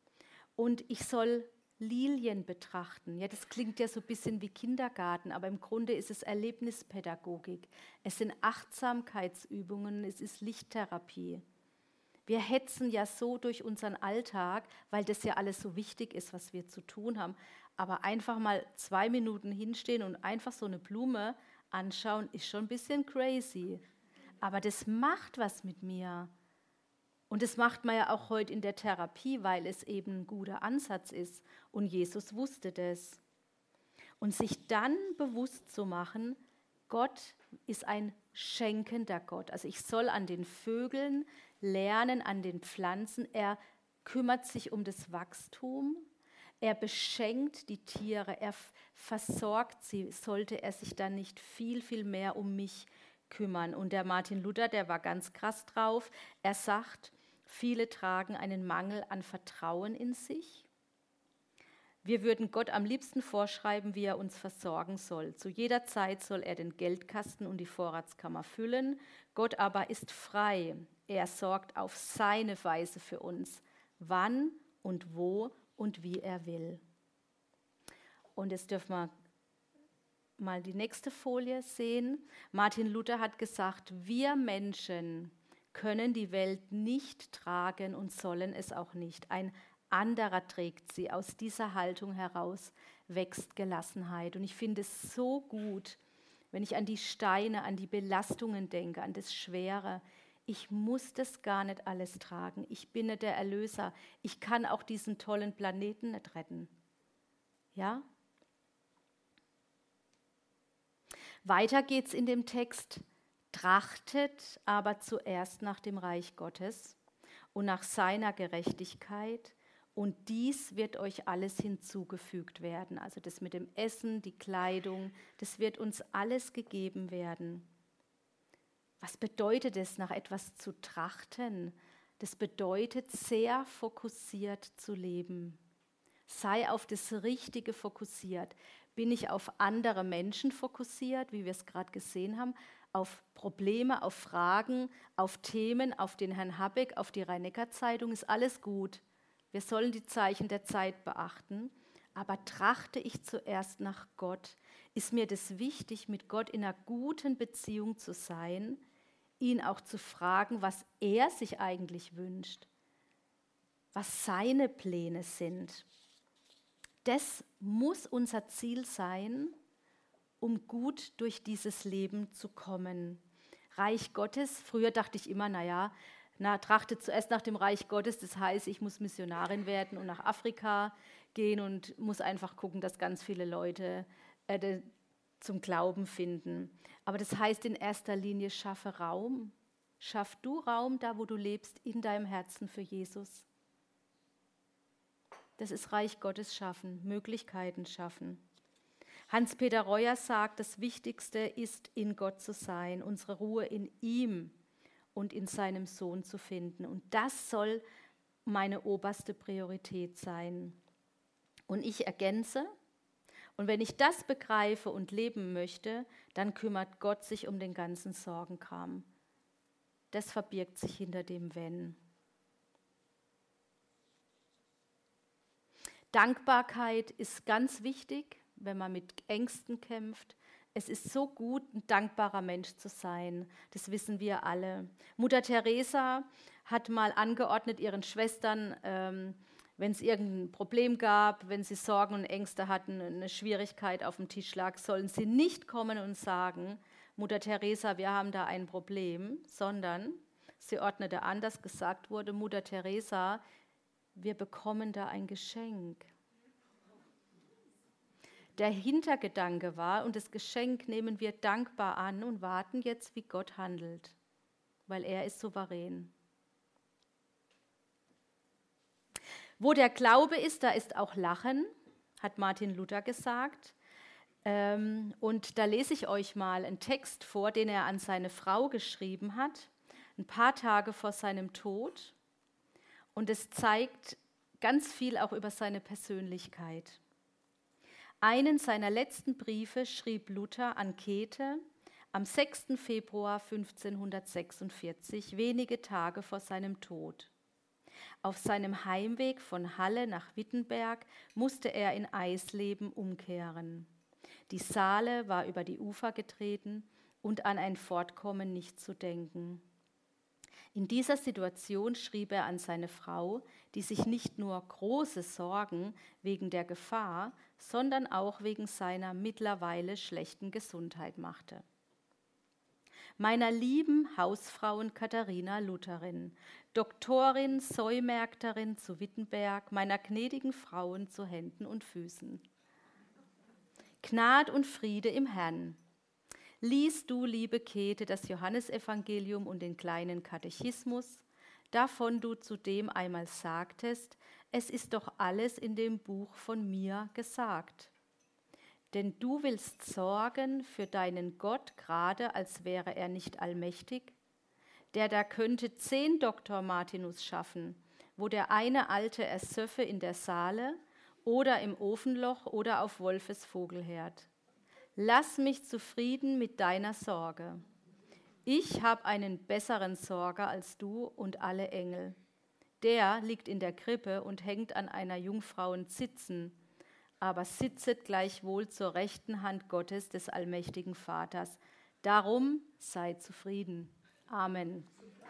Und ich soll Lilien betrachten. Ja, das klingt ja so ein bisschen wie Kindergarten, aber im Grunde ist es Erlebnispädagogik. Es sind Achtsamkeitsübungen, es ist Lichttherapie. Wir hetzen ja so durch unseren Alltag, weil das ja alles so wichtig ist, was wir zu tun haben. Aber einfach mal zwei Minuten hinstehen und einfach so eine Blume anschauen, ist schon ein bisschen crazy. Aber das macht was mit mir. Und das macht man ja auch heute in der Therapie, weil es eben ein guter Ansatz ist. Und Jesus wusste das. Und sich dann bewusst zu machen, Gott ist ein schenkender Gott. Also ich soll an den Vögeln lernen, an den Pflanzen. Er kümmert sich um das Wachstum. Er beschenkt die Tiere. Er versorgt sie. Sollte er sich dann nicht viel, viel mehr um mich kümmern? Und der Martin Luther, der war ganz krass drauf. Er sagt, viele tragen einen Mangel an Vertrauen in sich. Wir würden Gott am liebsten vorschreiben, wie er uns versorgen soll. Zu jeder Zeit soll er den Geldkasten und die Vorratskammer füllen. Gott aber ist frei. Er sorgt auf seine Weise für uns, wann und wo und wie er will. Und jetzt dürfen wir mal die nächste Folie sehen. Martin Luther hat gesagt, wir Menschen können die Welt nicht tragen und sollen es auch nicht. Ein anderer trägt sie. Aus dieser Haltung heraus wächst Gelassenheit. Und ich finde es so gut, wenn ich an die Steine, an die Belastungen denke, an das Schwere. Ich muss das gar nicht alles tragen. Ich bin nicht der Erlöser. Ich kann auch diesen tollen Planeten nicht retten. Ja? Weiter geht's in dem Text. Trachtet aber zuerst nach dem Reich Gottes und nach seiner Gerechtigkeit, und dies wird euch alles hinzugefügt werden. Also das mit dem Essen, die Kleidung, das wird uns alles gegeben werden. Was bedeutet es, nach etwas zu trachten? Das bedeutet, sehr fokussiert zu leben. Sei auf das Richtige fokussiert. Bin ich auf andere Menschen fokussiert, wie wir es gerade gesehen haben, auf Probleme, auf Fragen, auf Themen, auf den Herrn Habeck, auf die Rhein-Neckar-Zeitung, ist alles gut. Wir sollen die Zeichen der Zeit beachten. Aber trachte ich zuerst nach Gott? Ist mir das wichtig, mit Gott in einer guten Beziehung zu sein, ihn auch zu fragen, was er sich eigentlich wünscht, was seine Pläne sind? Das muss unser Ziel sein, um gut durch dieses Leben zu kommen. Reich Gottes, früher dachte ich immer, naja, na, trachte zuerst nach dem Reich Gottes, das heißt, ich muss Missionarin werden und nach Afrika gehen und muss einfach gucken, dass ganz viele Leute äh, zum Glauben finden. Aber das heißt in erster Linie, schaffe Raum. Schaff du Raum da, wo du lebst, in deinem Herzen für Jesus. Das ist Reich Gottes schaffen, Möglichkeiten schaffen. Hans-Peter Reuer sagt, das Wichtigste ist, in Gott zu sein, unsere Ruhe in ihm und in seinem Sohn zu finden. Und das soll meine oberste Priorität sein. Und ich ergänze, und wenn ich das begreife und leben möchte, dann kümmert Gott sich um den ganzen Sorgenkram. Das verbirgt sich hinter dem Wenn. Dankbarkeit ist ganz wichtig, wenn man mit Ängsten kämpft. Es ist so gut, ein dankbarer Mensch zu sein. Das wissen wir alle. Mutter Teresa hat mal angeordnet ihren Schwestern, ähm, wenn es irgendein Problem gab, wenn sie Sorgen und Ängste hatten, eine Schwierigkeit auf dem Tisch lag, sollen sie nicht kommen und sagen, Mutter Teresa, wir haben da ein Problem, sondern sie ordnete an, dass gesagt wurde, Mutter Teresa, wir bekommen da ein Geschenk. Der Hintergedanke war, und das Geschenk nehmen wir dankbar an und warten jetzt, wie Gott handelt, weil er ist souverän. Wo der Glaube ist, da ist auch Lachen, hat Martin Luther gesagt. Und da lese ich euch mal einen Text vor, den er an seine Frau geschrieben hat, ein paar Tage vor seinem Tod. Und es zeigt ganz viel auch über seine Persönlichkeit. Einen seiner letzten Briefe schrieb Luther an Käthe am sechsten Februar fünfzehnhundertsechsundvierzig, wenige Tage vor seinem Tod. Auf seinem Heimweg von Halle nach Wittenberg musste er in Eisleben umkehren. Die Saale war über die Ufer getreten und an ein Fortkommen nicht zu denken. In dieser Situation schrieb er an seine Frau, die sich nicht nur große Sorgen wegen der Gefahr, sondern auch wegen seiner mittlerweile schlechten Gesundheit machte. Meiner lieben Hausfrauen Katharina Lutherin, Doktorin, Säumärkterin zu Wittenberg, meiner gnädigen Frauen zu Händen und Füßen. Gnad und Friede im Herrn. Lies du, liebe Käthe, das Johannesevangelium und den kleinen Katechismus, davon du zudem einmal sagtest, es ist doch alles in dem Buch von mir gesagt. Denn du willst sorgen für deinen Gott, gerade als wäre er nicht allmächtig, der da könnte zehn Doktor Martinus schaffen, wo der eine Alte ersöffe in der Saale oder im Ofenloch oder auf Wolfes Vogelherd. Lass mich zufrieden mit deiner Sorge. Ich habe einen besseren Sorger als du und alle Engel. Der liegt in der Krippe und hängt an einer Jungfrauen Zitzen, aber sitzet gleichwohl zur rechten Hand Gottes, des allmächtigen Vaters. Darum sei zufrieden. Amen.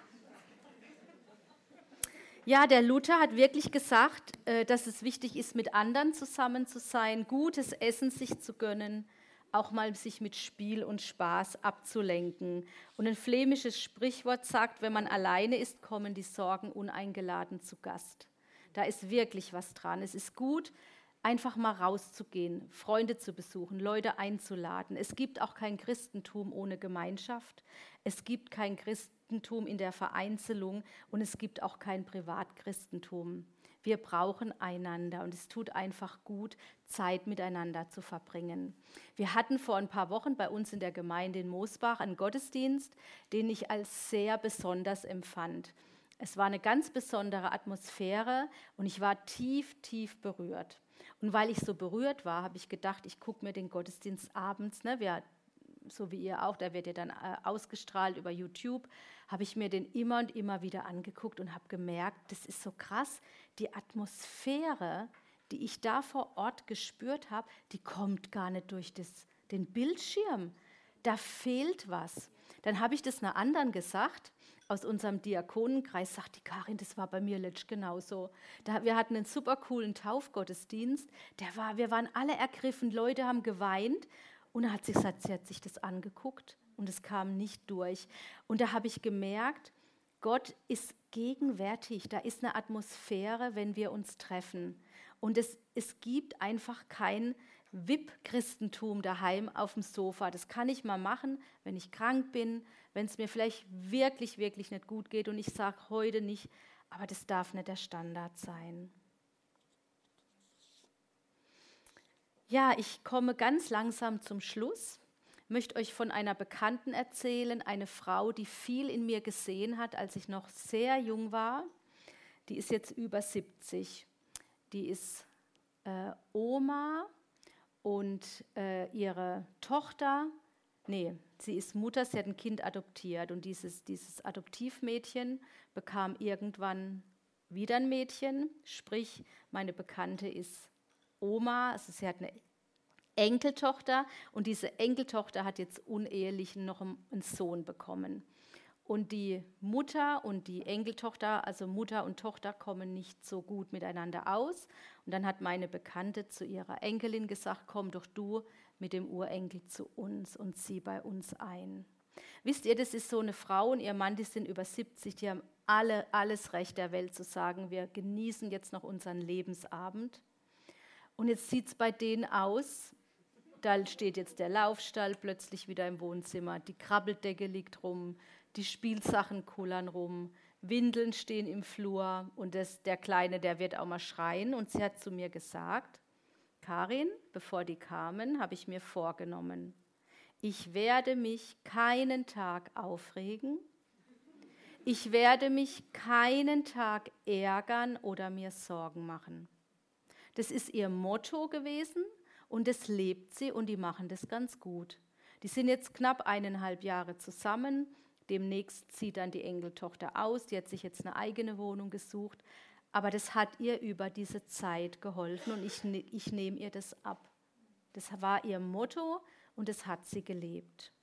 Ja, der Luther hat wirklich gesagt, dass es wichtig ist, mit anderen zusammen zu sein, gutes Essen sich zu gönnen, auch mal sich mit Spiel und Spaß abzulenken. Und ein flämisches Sprichwort sagt, wenn man alleine ist, kommen die Sorgen uneingeladen zu Gast. Da ist wirklich was dran. Es ist gut, einfach mal rauszugehen, Freunde zu besuchen, Leute einzuladen. Es gibt auch kein Christentum ohne Gemeinschaft. Es gibt kein Christentum in der Vereinzelung und es gibt auch kein Privatchristentum. Wir brauchen einander und es tut einfach gut, Zeit miteinander zu verbringen. Wir hatten vor ein paar Wochen bei uns in der Gemeinde in Mosbach einen Gottesdienst, den ich als sehr besonders empfand. Es war eine ganz besondere Atmosphäre und ich war tief, tief berührt. Und weil ich so berührt war, habe ich gedacht, ich gucke mir den Gottesdienst abends, ne, wir, so wie ihr auch, der wird ja dann äh, ausgestrahlt über YouTube, habe ich mir den immer und immer wieder angeguckt und habe gemerkt, das ist so krass, die Atmosphäre, die ich da vor Ort gespürt habe, die kommt gar nicht durch das, den Bildschirm. Da fehlt was. Dann habe ich das einer anderen gesagt, aus unserem Diakonenkreis, sagt die Karin, das war bei mir letztlich genauso. Da, wir hatten einen super coolen Taufgottesdienst, der war, wir waren alle ergriffen, Leute haben geweint und dann hat sie gesagt, sie hat sich das angeguckt und es kam nicht durch. Und da habe ich gemerkt, Gott ist gegenwärtig, da ist eine Atmosphäre, wenn wir uns treffen. Und es, es gibt einfach kein V I P-Christentum daheim auf dem Sofa. Das kann ich mal machen, wenn ich krank bin, wenn es mir vielleicht wirklich, wirklich nicht gut geht und ich sage heute nicht, aber das darf nicht der Standard sein. Ja, ich komme ganz langsam zum Schluss. Ich möchte euch von einer Bekannten erzählen, eine Frau, die viel in mir gesehen hat, als ich noch sehr jung war. Die ist jetzt über siebzig. Die ist äh, Oma und äh, ihre Tochter, nee, sie ist Mutter, sie hat ein Kind adoptiert und dieses, dieses Adoptivmädchen bekam irgendwann wieder ein Mädchen, sprich, meine Bekannte ist Oma, also sie hat eine Enkeltochter und diese Enkeltochter hat jetzt unehelich noch einen Sohn bekommen. Und die Mutter und die Enkeltochter, also Mutter und Tochter, kommen nicht so gut miteinander aus. Und dann hat meine Bekannte zu ihrer Enkelin gesagt, komm doch du mit dem Urenkel zu uns und zieh bei uns ein. Wisst ihr, das ist so eine Frau und ihr Mann, die sind über siebzig, die haben alle, alles Recht der Welt zu sagen, wir genießen jetzt noch unseren Lebensabend. Und jetzt sieht es bei denen aus, da steht jetzt der Laufstall plötzlich wieder im Wohnzimmer, die Krabbeldecke liegt rum, die Spielsachen kullern rum, Windeln stehen im Flur und das, der Kleine, der wird auch mal schreien. Und sie hat zu mir gesagt, Karin, bevor die kamen, habe ich mir vorgenommen, ich werde mich keinen Tag aufregen, ich werde mich keinen Tag ärgern oder mir Sorgen machen. Das ist ihr Motto gewesen und das lebt sie und die machen das ganz gut. Die sind jetzt knapp eineinhalb Jahre zusammen. Demnächst zieht dann die Enkeltochter aus, die hat sich jetzt eine eigene Wohnung gesucht, aber das hat ihr über diese Zeit geholfen und ich, ich nehme ihr das ab. Das war ihr Motto und das hat sie gelebt.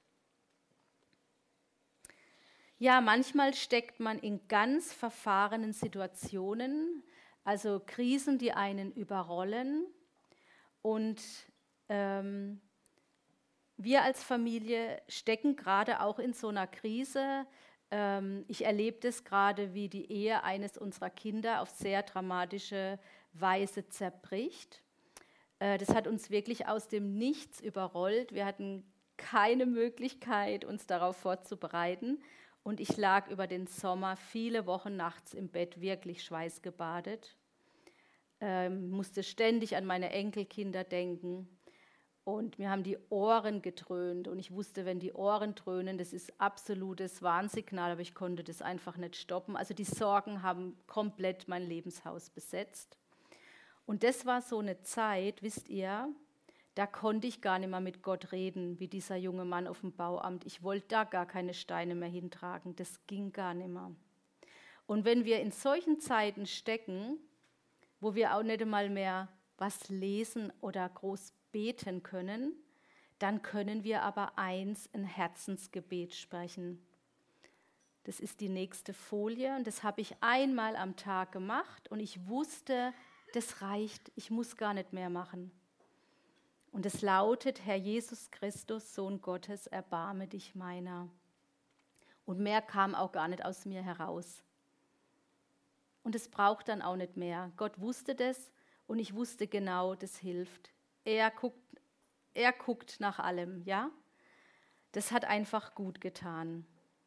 Ja, manchmal steckt man in ganz verfahrenen Situationen, also Krisen, die einen überrollen und ähm, wir als Familie stecken gerade auch in so einer Krise. Ich erlebe das gerade, wie die Ehe eines unserer Kinder auf sehr dramatische Weise zerbricht. Das hat uns wirklich aus dem Nichts überrollt. Wir hatten keine Möglichkeit, uns darauf vorzubereiten. Und ich lag über den Sommer viele Wochen nachts im Bett, wirklich schweißgebadet. Ähm, musste ständig an meine Enkelkinder denken. Und mir haben die Ohren gedröhnt und ich wusste, wenn die Ohren dröhnen, das ist absolutes Warnsignal, aber ich konnte das einfach nicht stoppen. Also die Sorgen haben komplett mein Lebenshaus besetzt. Und das war so eine Zeit, wisst ihr, da konnte ich gar nicht mehr mit Gott reden, wie dieser junge Mann auf dem Bauamt. Ich wollte da gar keine Steine mehr hintragen, das ging gar nicht mehr. Und wenn wir in solchen Zeiten stecken, wo wir auch nicht einmal mehr was lesen oder groß beten können, dann können wir aber eins, ein Herzensgebet sprechen. Das ist die nächste Folie und das habe ich einmal am Tag gemacht und ich wusste, das reicht, ich muss gar nicht mehr machen. Und es lautet, Herr Jesus Christus, Sohn Gottes, erbarme dich meiner. Und mehr kam auch gar nicht aus mir heraus. Und es braucht dann auch nicht mehr. Gott wusste das Und ich wusste genau, das hilft. Er guckt, er guckt nach allem, ja? Das hat einfach gut getan.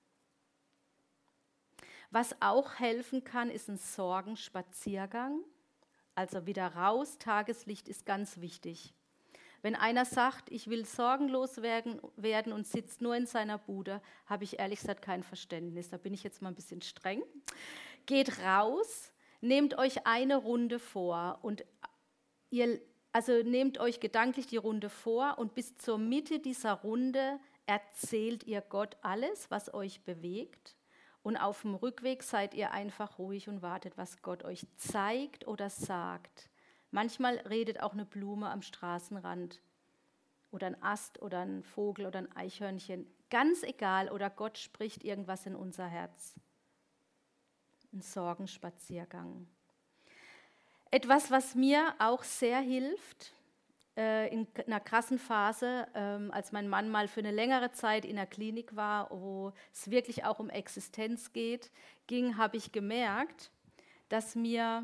Was auch helfen kann, ist ein Sorgenspaziergang. Also wieder raus, Tageslicht ist ganz wichtig. Wenn einer sagt, ich will sorgenlos werden, werden und sitzt nur in seiner Bude, habe ich ehrlich gesagt kein Verständnis. Da bin ich jetzt mal ein bisschen streng. Geht raus, nehmt euch eine Runde vor und ihr, also nehmt euch gedanklich die Runde vor und bis zur Mitte dieser Runde erzählt ihr Gott alles, was euch bewegt. Und auf dem Rückweg seid ihr einfach ruhig und wartet, was Gott euch zeigt oder sagt. Manchmal redet auch eine Blume am Straßenrand oder ein Ast oder ein Vogel oder ein Eichhörnchen. Ganz egal, oder Gott spricht irgendwas in unser Herz. Ein Sorgenspaziergang. Etwas, was mir auch sehr hilft, äh, in einer krassen Phase, ähm, als mein Mann mal für eine längere Zeit in der Klinik war, wo es wirklich auch um Existenz geht, ging, habe ich gemerkt, dass mir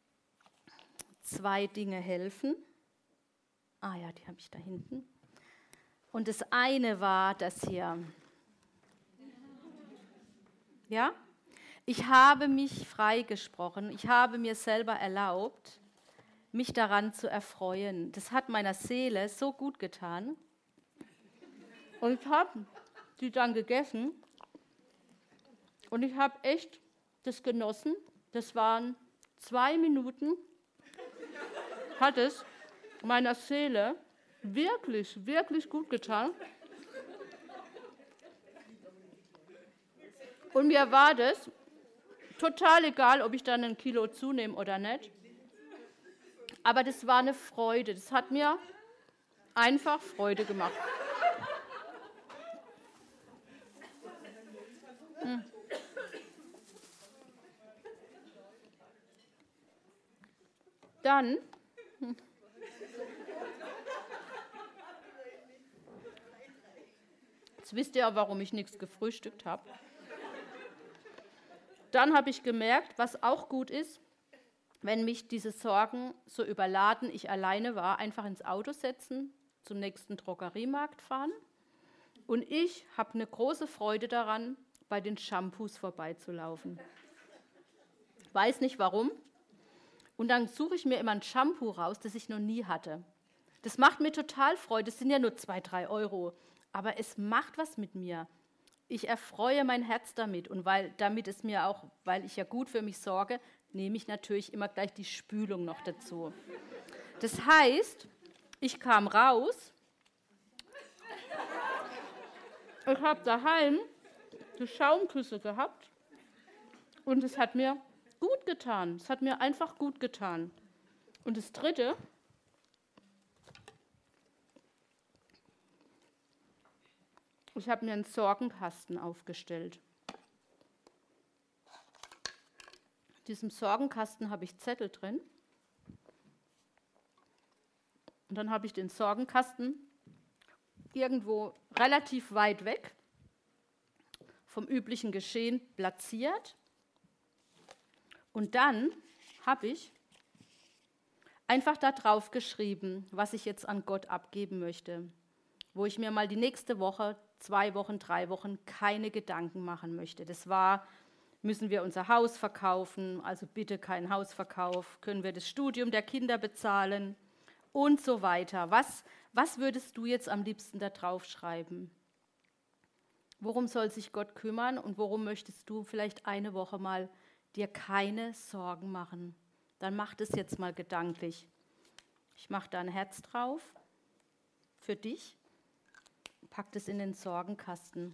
zwei Dinge helfen. Ah ja, die habe ich da hinten. Und das eine war das hier. Ja? Ich habe mich freigesprochen, ich habe mir selber erlaubt, mich daran zu erfreuen. Das hat meiner Seele so gut getan. Und ich habe die dann gegessen und ich habe echt das genossen. Das waren zwei Minuten, hat es meiner Seele wirklich, wirklich gut getan. Und mir war das total egal, ob ich dann ein Kilo zunehme oder nicht. Aber das war eine Freude. Das hat mir einfach Freude gemacht. Hm. Dann hm. Jetzt wisst ihr ja, warum ich nichts gefrühstückt habe. Dann habe ich gemerkt, was auch gut ist, wenn mich diese Sorgen so überladen, ich alleine war, einfach ins Auto setzen, zum nächsten Drogeriemarkt fahren. Und ich habe eine große Freude daran, bei den Shampoos vorbeizulaufen. Weiß nicht warum. Und dann suche ich mir immer ein Shampoo raus, das ich noch nie hatte. Das macht mir total Freude. Das sind ja nur zwei, drei Euro. Aber es macht was mit mir. Ich erfreue mein Herz damit. Und weil damit es mir auch, weil ich ja gut für mich sorge, nehme ich natürlich immer gleich die Spülung noch dazu. Das heißt, ich kam raus, ich habe daheim die Schaumküsse gehabt und es hat mir gut getan. Es hat mir einfach gut getan. Und das Dritte, ich habe mir einen Sorgenkasten aufgestellt. In diesem Sorgenkasten habe ich Zettel drin. Und dann habe ich den Sorgenkasten irgendwo relativ weit weg vom üblichen Geschehen platziert. Und dann habe ich einfach da drauf geschrieben, was ich jetzt an Gott abgeben möchte, wo ich mir mal die nächste Woche, zwei Wochen, drei Wochen keine Gedanken machen möchte. Das war, müssen wir unser Haus verkaufen, also bitte kein Hausverkauf, können wir das Studium der Kinder bezahlen und so weiter. Was, was würdest du jetzt am liebsten da drauf schreiben? Worum soll sich Gott kümmern und worum möchtest du vielleicht eine Woche mal dir keine Sorgen machen? Dann mach das jetzt mal gedanklich. Ich mache da ein Herz drauf für dich, pack das in den Sorgenkasten.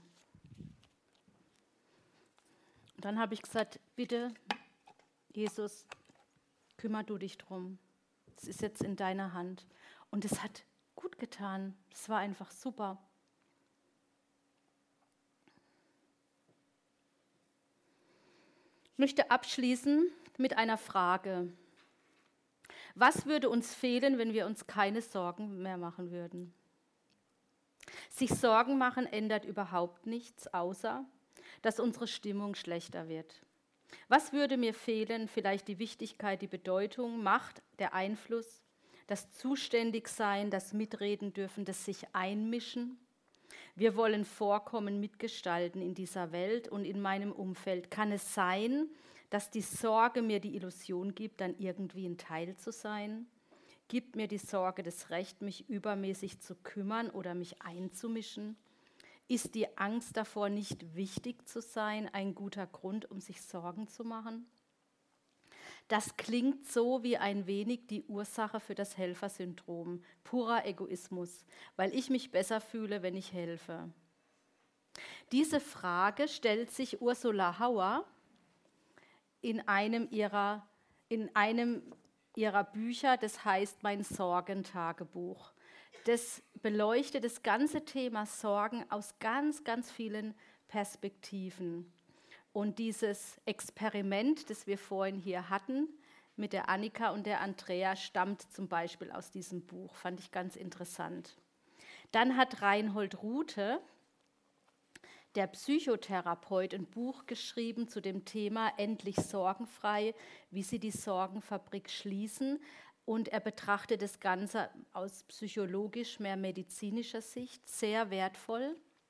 Und dann habe ich gesagt, bitte, Jesus, kümmer du dich drum. Es ist jetzt in deiner Hand. Und es hat gut getan. Es war einfach super. Ich möchte abschließen mit einer Frage. Was würde uns fehlen, wenn wir uns keine Sorgen mehr machen würden? Sich Sorgen machen ändert überhaupt nichts, außer dass unsere Stimmung schlechter wird. Was würde mir fehlen? Vielleicht die Wichtigkeit, die Bedeutung, Macht, der Einfluss, das Zuständigsein, das Mitreden dürfen, das sich einmischen. Wir wollen vorkommen, mitgestalten in dieser Welt und in meinem Umfeld. Kann es sein, dass die Sorge mir die Illusion gibt, dann irgendwie ein Teil zu sein? Gibt mir die Sorge das Recht, mich übermäßig zu kümmern oder mich einzumischen? Ist die Angst davor, nicht wichtig zu sein, ein guter Grund, um sich Sorgen zu machen? Das klingt so wie ein wenig die Ursache für das Helfersyndrom, purer Egoismus, weil ich mich besser fühle, wenn ich helfe. Diese Frage stellt sich Ursula Hauer in einem ihrer, in einem ihrer Bücher, das heißt Mein Sorgentagebuch. Das beleuchtet das ganze Thema Sorgen aus ganz, ganz vielen Perspektiven. Und dieses Experiment, das wir vorhin hier hatten, mit der Annika und der Andrea, stammt zum Beispiel aus diesem Buch. Fand ich ganz interessant. Dann hat Reinhold Ruthe, der Psychotherapeut, ein Buch geschrieben zu dem Thema Endlich sorgenfrei, wie sie die Sorgenfabrik schließen. Und er betrachtet das Ganze aus psychologisch, mehr medizinischer Sicht, sehr wertvoll.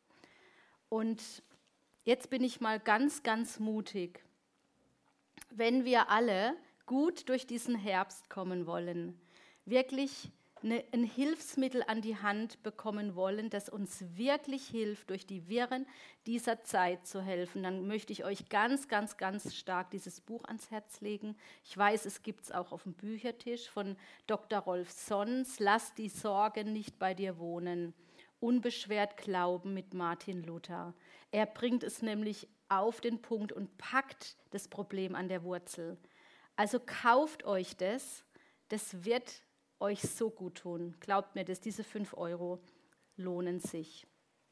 Und jetzt bin ich mal ganz, ganz mutig. Wenn wir alle gut durch diesen Herbst kommen wollen, wirklich eine, ein Hilfsmittel an die Hand bekommen wollen, das uns wirklich hilft, durch die Wirren dieser Zeit zu helfen, dann möchte ich euch ganz, ganz, ganz stark dieses Buch ans Herz legen. Ich weiß, es gibt es auch auf dem Büchertisch von Doktor Rolf Sons, Lass die Sorgen nicht bei dir wohnen. Unbeschwert glauben mit Martin Luther. Er bringt es nämlich auf den Punkt und packt das Problem an der Wurzel. Also kauft euch das, das wird euch so gut tun. Glaubt mir das, diese fünf Euro lohnen sich.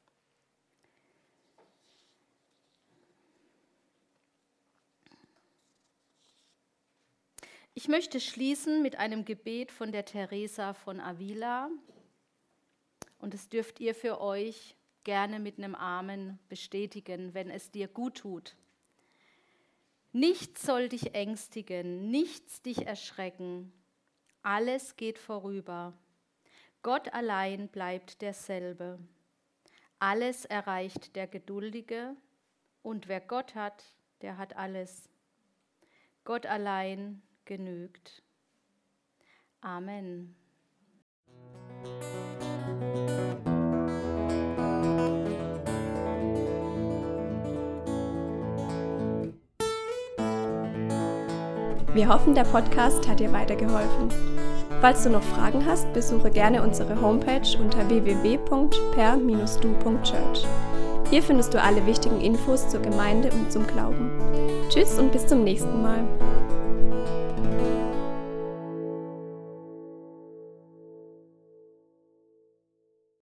Ich möchte schließen mit einem Gebet von der Teresa von Avila. Und das dürft ihr für euch gerne mit einem Amen bestätigen, wenn es dir gut tut. Nichts soll dich ängstigen, nichts dich erschrecken. Alles geht vorüber. Gott allein bleibt derselbe. Alles erreicht der Geduldige. Und wer Gott hat, der hat alles. Gott allein genügt. Amen. Wir hoffen, der Podcast hat dir weitergeholfen. Falls du noch Fragen hast, besuche gerne unsere Homepage unter w w w punkt per Bindestrich du punkt church. Hier findest du alle wichtigen Infos zur Gemeinde und zum Glauben. Tschüss und bis zum nächsten Mal.